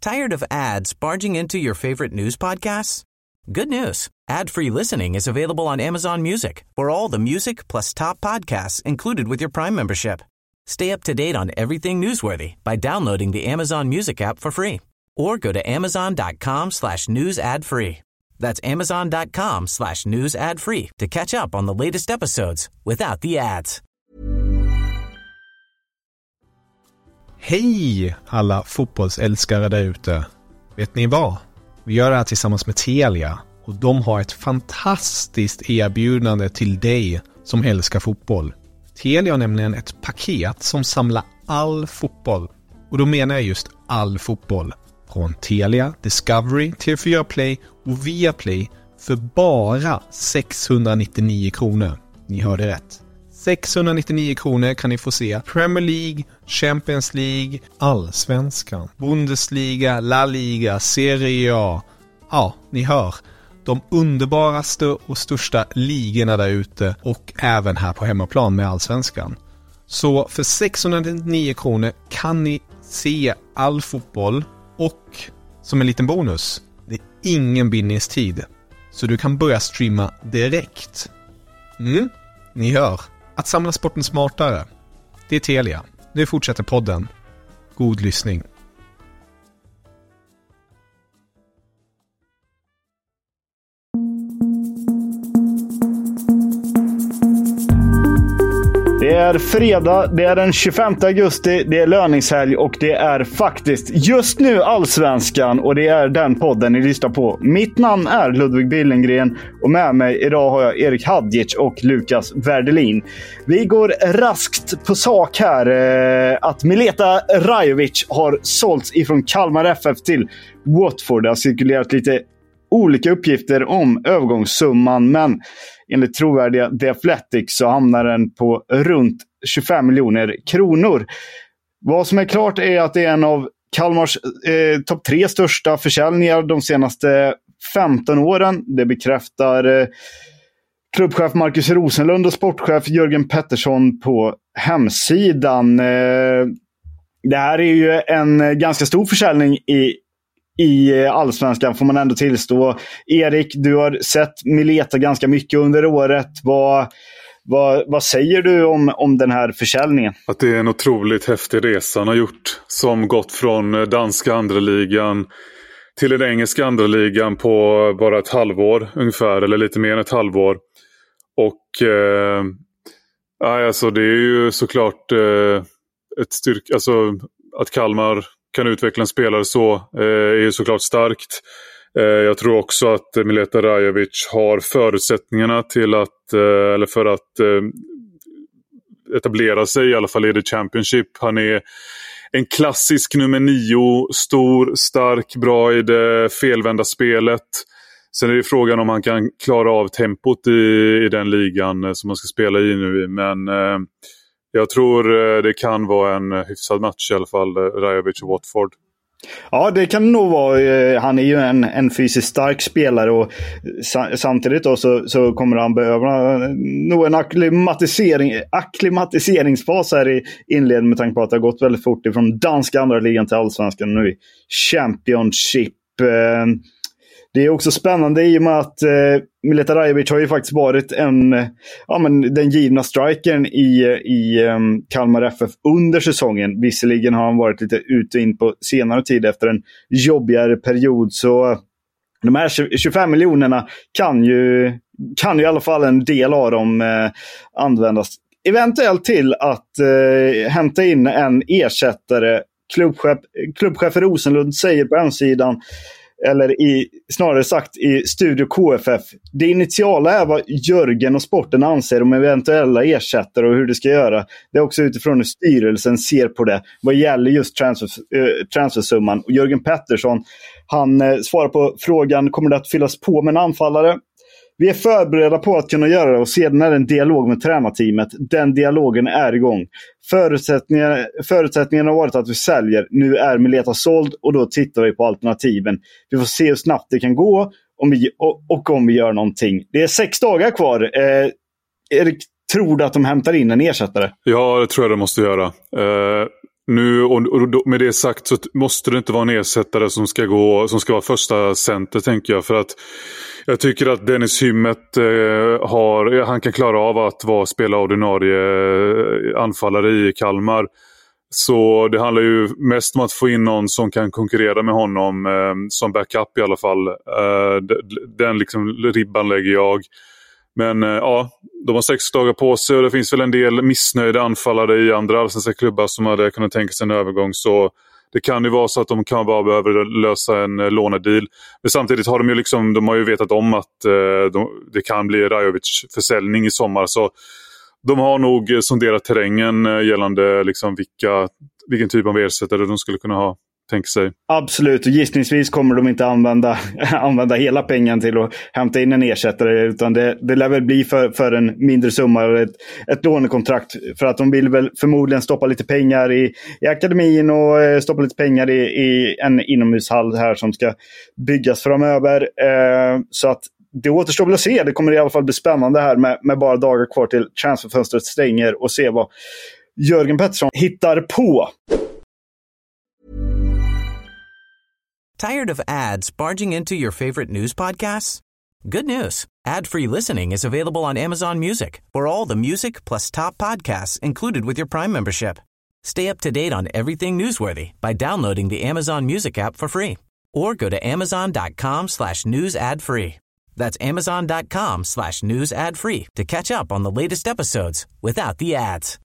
Tired of ads barging into your favorite news podcasts? Good news. Ad-free listening is available on Amazon Music for all the music plus top podcasts included with your Prime membership. Stay up to date on everything newsworthy by downloading the Amazon Music app for free or go to amazon.com/news ad free. That's amazon.com/news ad free to catch up on the latest episodes without the ads. Hej alla fotbollsälskare där ute. Vet ni vad? Vi gör det här tillsammans med Telia och de har ett fantastiskt erbjudande till dig som älskar fotboll. Telia har nämligen ett paket som samlar all fotboll. Och då menar jag just all fotboll. Från Telia, Discovery, TV4 Play och Viaplay för bara 699 kronor. Ni hörde rätt. 699 kronor kan ni få se Premier League, Champions League, Allsvenskan, Bundesliga, La Liga, Serie A. Ja, ni hör. De underbaraste och största ligorna där ute och även här på hemmaplan med Allsvenskan. Så för 699 kronor kan ni se all fotboll och som en liten bonus, det är ingen bindningstid. Så du kan börja streama direkt. Ni hör. Att samla sporten smartare. Det är Telia. Nu fortsätter podden. God lyssning. Det är fredag, det är den 25 augusti, det är löningshelg och det är faktiskt just nu Allsvenskan och det är den podden ni lyssnar på. Mitt namn är Ludvig Billengren och med mig idag har jag Erik Hadjic och Lukas Werdelin. Vi går raskt på sak här att Mileta Rajovic har sålts ifrån Kalmar FF till Watford. Det har cirkulerat lite olika uppgifter om övergångssumman, men enligt trovärdiga The Athletic så hamnar den på runt 25 miljoner kronor. Vad som är klart är att det är en av Kalmars topp 3 största försäljningar de senaste 15 åren. Det bekräftar klubbchef Marcus Rosenlund och sportchef Jörgen Pettersson på hemsidan. Det här är ju en ganska stor försäljning i Allsvenskan får man ändå tillstå. Erik, du har sett Mileta ganska mycket under året. Vad säger du om den här försäljningen? Att det är en otroligt häftig resa han har gjort, som gått från danska andra ligan till den engelska andra ligan på bara ett halvår ungefär, eller lite mer än ett halvår. Och alltså det är ju såklart ett styrka, alltså att Kalmar kan utveckla en spelare så är ju såklart starkt. Jag tror också att Mileta Rajovic har förutsättningarna till att eller för att etablera sig i alla fall i The Championship. Han är en klassisk nummer 9, stor, stark, bra i det felvända spelet. Sen är det frågan om han kan klara av tempot i den ligan som man ska spela i nu. Men jag tror det kan vara en hyfsad match i alla fall, Rajovic och Watford. Ja, det kan nog vara. Han är ju en fysiskt stark spelare och samtidigt då så kommer han behöva nog en akklimatiseringsfas här i inledningen med tanke på att det har gått väldigt fort ifrån danska andra ligan till Allsvenskan nu i Championship. Det är också spännande i och med att Mileta Rajovic har ju faktiskt varit den givna strikern i Kalmar FF under säsongen. Visserligen har han varit lite ut och in på senare tid efter en jobbigare period. Så de här 25 miljonerna kan ju i alla fall en del av dem användas eventuellt till att hämta in en ersättare. Klubbchef Rosenlund säger på hemsidan, eller snarare sagt i Studio KFF, det initiala är vad Jörgen och sporten anser om eventuella ersättare och hur det ska göra. Det är också utifrån hur styrelsen ser på det vad gäller just transfersumman. Och Jörgen Pettersson, han svarar på frågan, kommer det att fyllas på med en anfallare? Vi är förberedda på att kunna göra det och sedan är det en dialog med tränarteamet. Den dialogen är igång. Förutsättningen har varit att vi säljer. Nu är Mileta såld och då tittar vi på alternativen. Vi får se hur snabbt det kan gå om vi gör någonting. Det är 6 dagar kvar. Erik, tror du att de hämtar in en ersättare? Ja, det tror jag de måste göra. Nu, och med det sagt så måste det inte vara en ersättare som ska vara första center, tänker jag. För att jag tycker att Dennis Hymmet han kan klara av att spela ordinarie anfallare i Kalmar. Så det handlar ju mest om att få in någon som kan konkurrera med honom som backup i alla fall. Den liksom ribban lägger jag. Men ja, de har 6 dagar på sig och det finns väl en del missnöjda anfallare i andra allsvenska klubbar som hade kunnat tänka sig en övergång. Så det kan ju vara så att de kan bara behöver lösa en lånedeal. Men samtidigt har de har ju vetat om att det kan bli Rajovic försäljning i sommar. Så de har nog sonderat terrängen gällande liksom vilken typ av ersättare de skulle kunna ha. Tänker sig. Absolut, och gissningsvis kommer de inte använda hela pengen till att hämta in en ersättare, utan det lär väl bli för en mindre summa, ett lånekontrakt, för att de vill väl förmodligen stoppa lite pengar i akademin och stoppa lite pengar i en inomhushall här som ska byggas framöver. Så att det återstår väl att se. Det kommer i alla fall bli spännande här med bara dagar kvar till transferfönstret stänger och se vad Jörgen Pettersson hittar på. Tired of ads barging into your favorite news podcasts? Good news. Ad-free listening is available on Amazon Music for all the music plus top podcasts included with your Prime membership. Stay up to date on everything newsworthy by downloading the Amazon Music app for free or go to amazon.com/news ad free. That's amazon.com/news ad free to catch up on the latest episodes without the ads.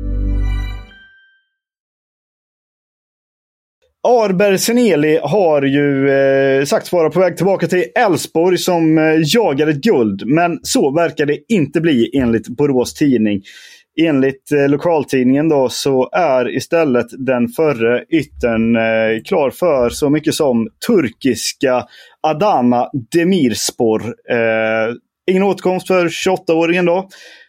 Arber Seneli har ju sagts vara på väg tillbaka till Elfsborg som jagar ett guld. Men så verkar det inte bli enligt Borås tidning. Enligt lokaltidningen då så är istället den förre yttern klar för så mycket som turkiska Adana Demirspor. Ingen återkomst för 28-åringen då.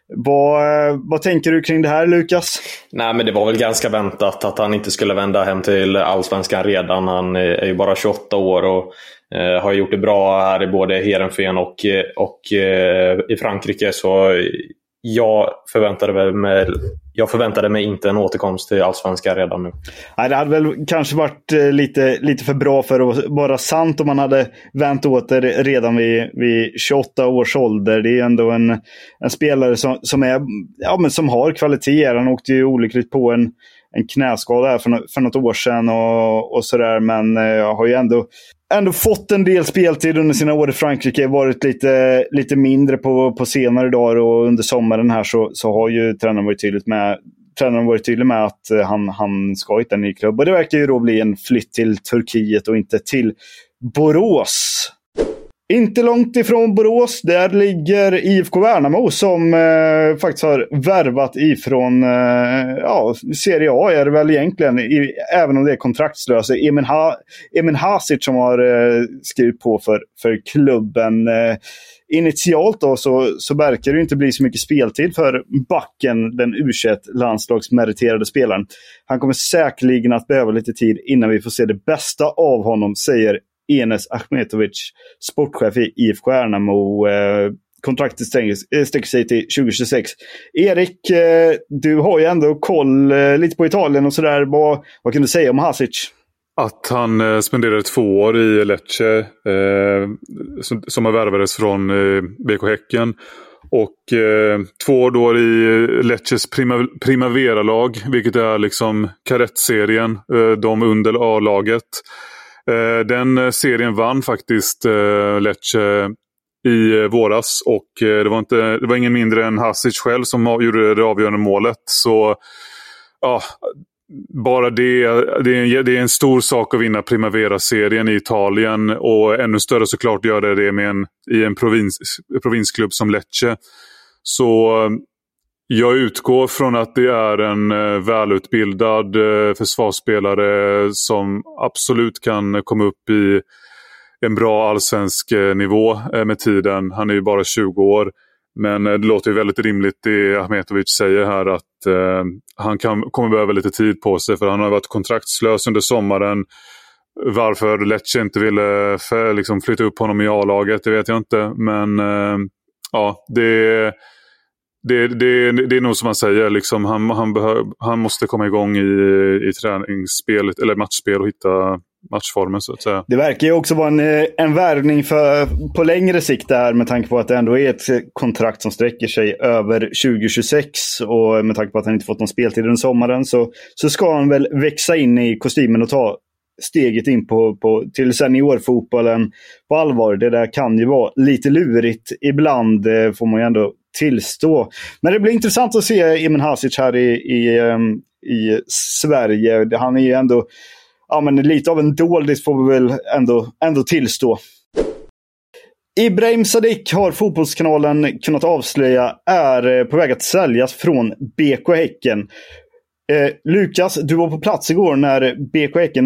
Vad tänker du kring det här, Lukas? Nej, men det var väl ganska väntat att han inte skulle vända hem till Allsvenskan redan. Han är ju bara 28 år och har gjort det bra här i både Heerenveen och i Frankrike. Så jag förväntade mig inte en återkomst till Allsvenskan redan nu. Nej, det hade väl kanske varit lite för bra för att vara sant om man hade vänt åter redan vid 28 års ålder. Det är ändå en spelare som har kvalitet. Han åkte ju olyckligt på en knäskada här för något år sedan och sådär, men jag har ju ändå fått en del speltid under sina år i Frankrike, varit lite mindre på senare dagar, och under sommaren här så har ju tränaren varit tydlig med att han ska hitta en ny klubb, och det verkar ju då bli en flytt till Turkiet och inte till Borås. Inte långt ifrån Borås, där ligger IFK Värnamo som faktiskt har värvat ifrån Serie A är det väl egentligen, även om det är kontraktslösa. Emin Hasic som har skrivit på för klubben. Initialt då så verkar det inte bli så mycket speltid för backen, den U21-landslagsmeriterade spelaren. Han kommer säkerligen att behöva lite tid innan vi får se det bästa av honom, säger Enes Ahmetovic, sportchef i IFK Värnamo. Kontraktet sträcker sig till 2026. Erik, du har ju ändå koll lite på Italien och sådär. Vad kan du säga om Hasic? Att han spenderade 2 år i Lecce som har värvades från BK Häcken. Och 2 år då i Lecces Primavera-lag, vilket är liksom karettserien, de under A-laget. Den serien vann faktiskt Lecce i våras, och det var ingen mindre än Hasic själv som gjorde det avgörande målet. Så ja, bara det är en stor sak att vinna Primavera-serien i Italien, och ännu större såklart gör det i en provinsklubb som Lecce. Så jag utgår från att det är en välutbildad försvarsspelare som absolut kan komma upp i en bra allsvensk nivå med tiden. Han är ju bara 20 år. Men det låter ju väldigt rimligt det Ahmetovic säger här, att han kommer behöva lite tid på sig, för han har varit kontraktslös under sommaren. Varför Lecce inte ville flytta upp honom i A-laget, det vet jag inte. Men ja, det Det är nog som man säger, liksom, han måste komma igång i träningsspelet eller matchspel och hitta matchformen, så att säga. Det verkar ju också vara en värvning på längre sikt där, med tanke på att det ändå är ett kontrakt som sträcker sig över 2026, och med tanke på att han inte fått någon speltid under sommaren, så ska han väl växa in i kostymen och ta steget in till seniorfotbollen på allvar. Det där kan ju vara lite lurigt ibland, får man ju ändå tillstå. Men det blir intressant att se Emin Hasic här i Sverige. Han är ju ändå lite av en doldis, får vi väl ändå tillstå. Ibrahim Sadiq har Fotbollskanalen kunnat avslöja är på väg att säljas från BK Häcken. Lukas, du var på plats igår när BK Häcken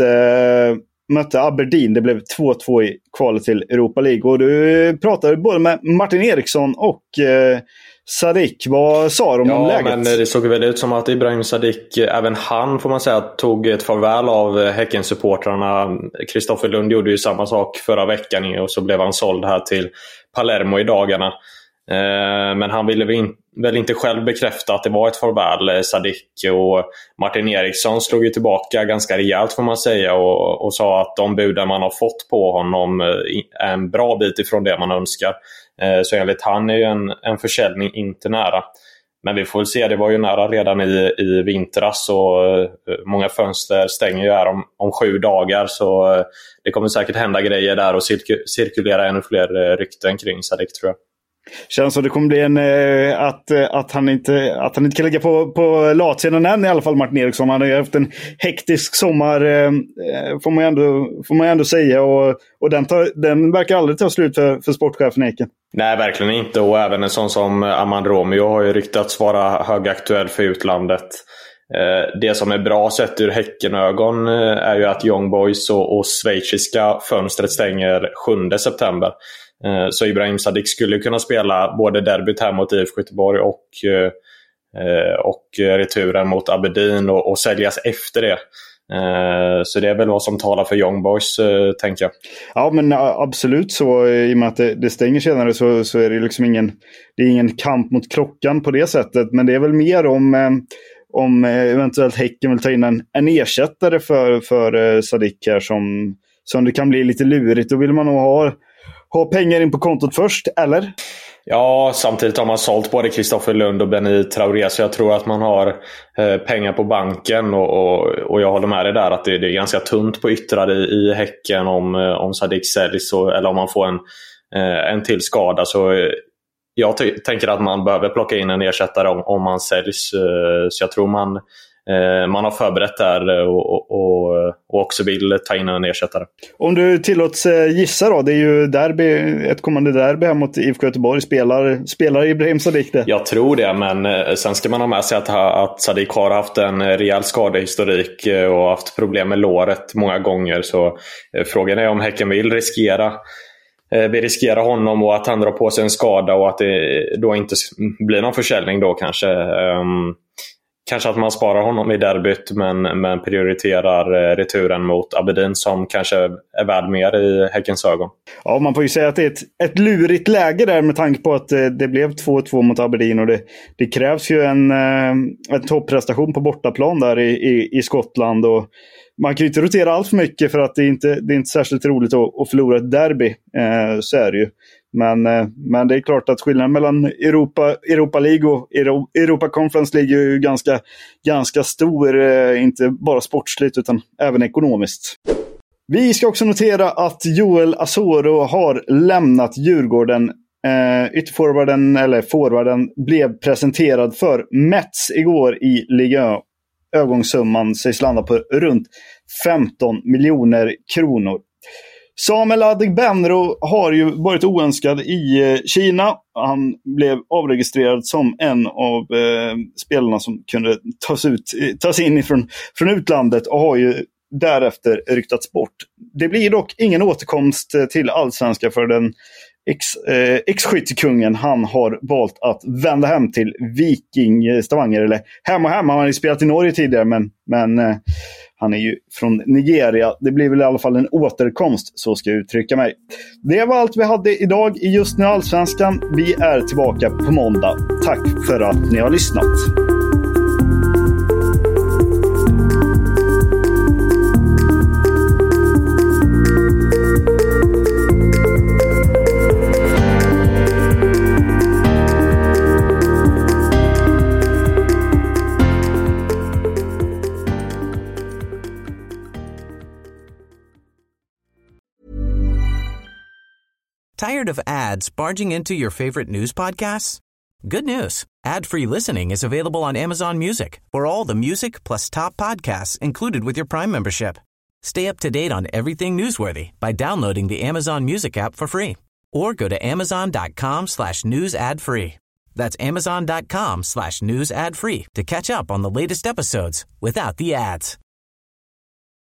mötte Aberdeen. Det blev 2-2 i kvalet till Europa League. Och du pratade både med Martin Eriksson och Sadiq. Vad sa de om läget? Ja, men det såg väl ut som att Ibrahim Sadiq, även han får man säga, tog ett farväl av Häcken-supportrarna. Kristoffer Lund gjorde ju samma sak förra veckan, och så blev han såld här till Palermo i dagarna. Men han ville väl inte själv bekräfta att det var ett farväl, Sadiq, och Martin Eriksson slog ju tillbaka ganska rejält, får man säga, och sa att de buden man har fått på honom är en bra bit ifrån det man önskar. Så enligt han är ju en försäljning inte nära. Men vi får väl se, det var ju nära redan i vintras, och många fönster stänger ju här om 7 dagar, så det kommer säkert hända grejer där och cirkulera ännu fler rykten kring Sadiq, tror jag. Känns som det kommer bli att han inte kan lägga på latsidan än, i alla fall Martin Eriksson. Han har ju haft en hektisk sommar, får man ändå säga, och den verkar aldrig ta slut för sportchefen Häcken. Nej, verkligen inte, och även en sån som Amand Romeo har ju ryktats vara högaktuell för utlandet. Det som är bra sett ur Häckenögon är ju att Young Boys och schweiziska fönstret stänger 7 september. Så Ibrahim Sadiq skulle kunna spela både derbyt här mot IFK Göteborg och returen mot Aberdeen och säljas efter det. Så det är väl vad som talar för Young Boys, tänker jag. Ja, men absolut så. I och med att det stänger senare så är det liksom ingen kamp mot klockan på det sättet. Men det är väl mer om eventuellt Häcken vill ta in en ersättare för Sadiq här, som det kan bli lite lurigt. Då vill man nog ha pengar in på kontot först, eller? Ja, samtidigt har man sålt både Kristoffer Lund och Benny Traoré, så jag tror att man har pengar på banken, och jag håller med dig där att det är ganska tunt på yttrade i Häcken om Sadiq säljs, eller om man får en till skada. Så jag tänker att man behöver plocka in en ersättare om man säljs, så jag tror man har förberett där och också vill ta in en ersättare. Om du tillåts gissa då, det är ju ett kommande derby här mot IFK Göteborg. Spelar Ibrahim Sadiq det? Jag tror det, men sen ska man ha med sig att Sadiq har haft en rejäl skadehistorik och haft problem med låret många gånger, så frågan är om Häcken vill riskera honom och att han drar på sig en skada, och att det då inte blir någon försäljning då kanske. Kanske att man sparar honom i derbyt, men prioriterar returen mot Aberdeen, som kanske är värd mer i Häckens ögon. Ja, man får ju säga att det är ett lurigt läge där, med tanke på att det blev 2-2 mot Aberdeen, och det krävs ju en topprestation på bortaplan där i Skottland, och man kan ju inte rotera allt för mycket, för att det är inte särskilt roligt att förlora ett derby, så är det ju. Men det är klart att skillnaden mellan Europa League och Europa Conference League är ju ganska stor, inte bara sportsligt utan även ekonomiskt. Vi ska också notera att Joel Asoro har lämnat Djurgården. Forwarden blev presenterad för Mets igår i Liga. Övergångssumman sägs landa på runt 15 miljoner kronor. Samuel Adegbenro har ju varit oönskad i Kina. Han blev avregistrerad som en av spelarna som kunde tas in från utlandet, och har ju därefter ryktats bort. Det blir dock ingen återkomst till allsvenska för den ex-skyttekungen. Han har valt att vända hem till Viking Stavanger, eller hem. Han har ju spelat i Norge tidigare, men Han är ju från Nigeria. Det blir väl i alla fall en återkomst, så ska jag uttrycka mig. Det var allt vi hade idag i Just nu Allsvenskan. Vi är tillbaka på måndag. Tack för att ni har lyssnat. Tired of ads barging into your favorite news podcasts? Good news. Ad-free listening is available on Amazon Music for all the music plus top podcasts included with your Prime membership. Stay up to date on everything newsworthy by downloading the Amazon Music app for free or go to amazon.com/news ad free. That's amazon.com/news ad free to catch up on the latest episodes without the ads.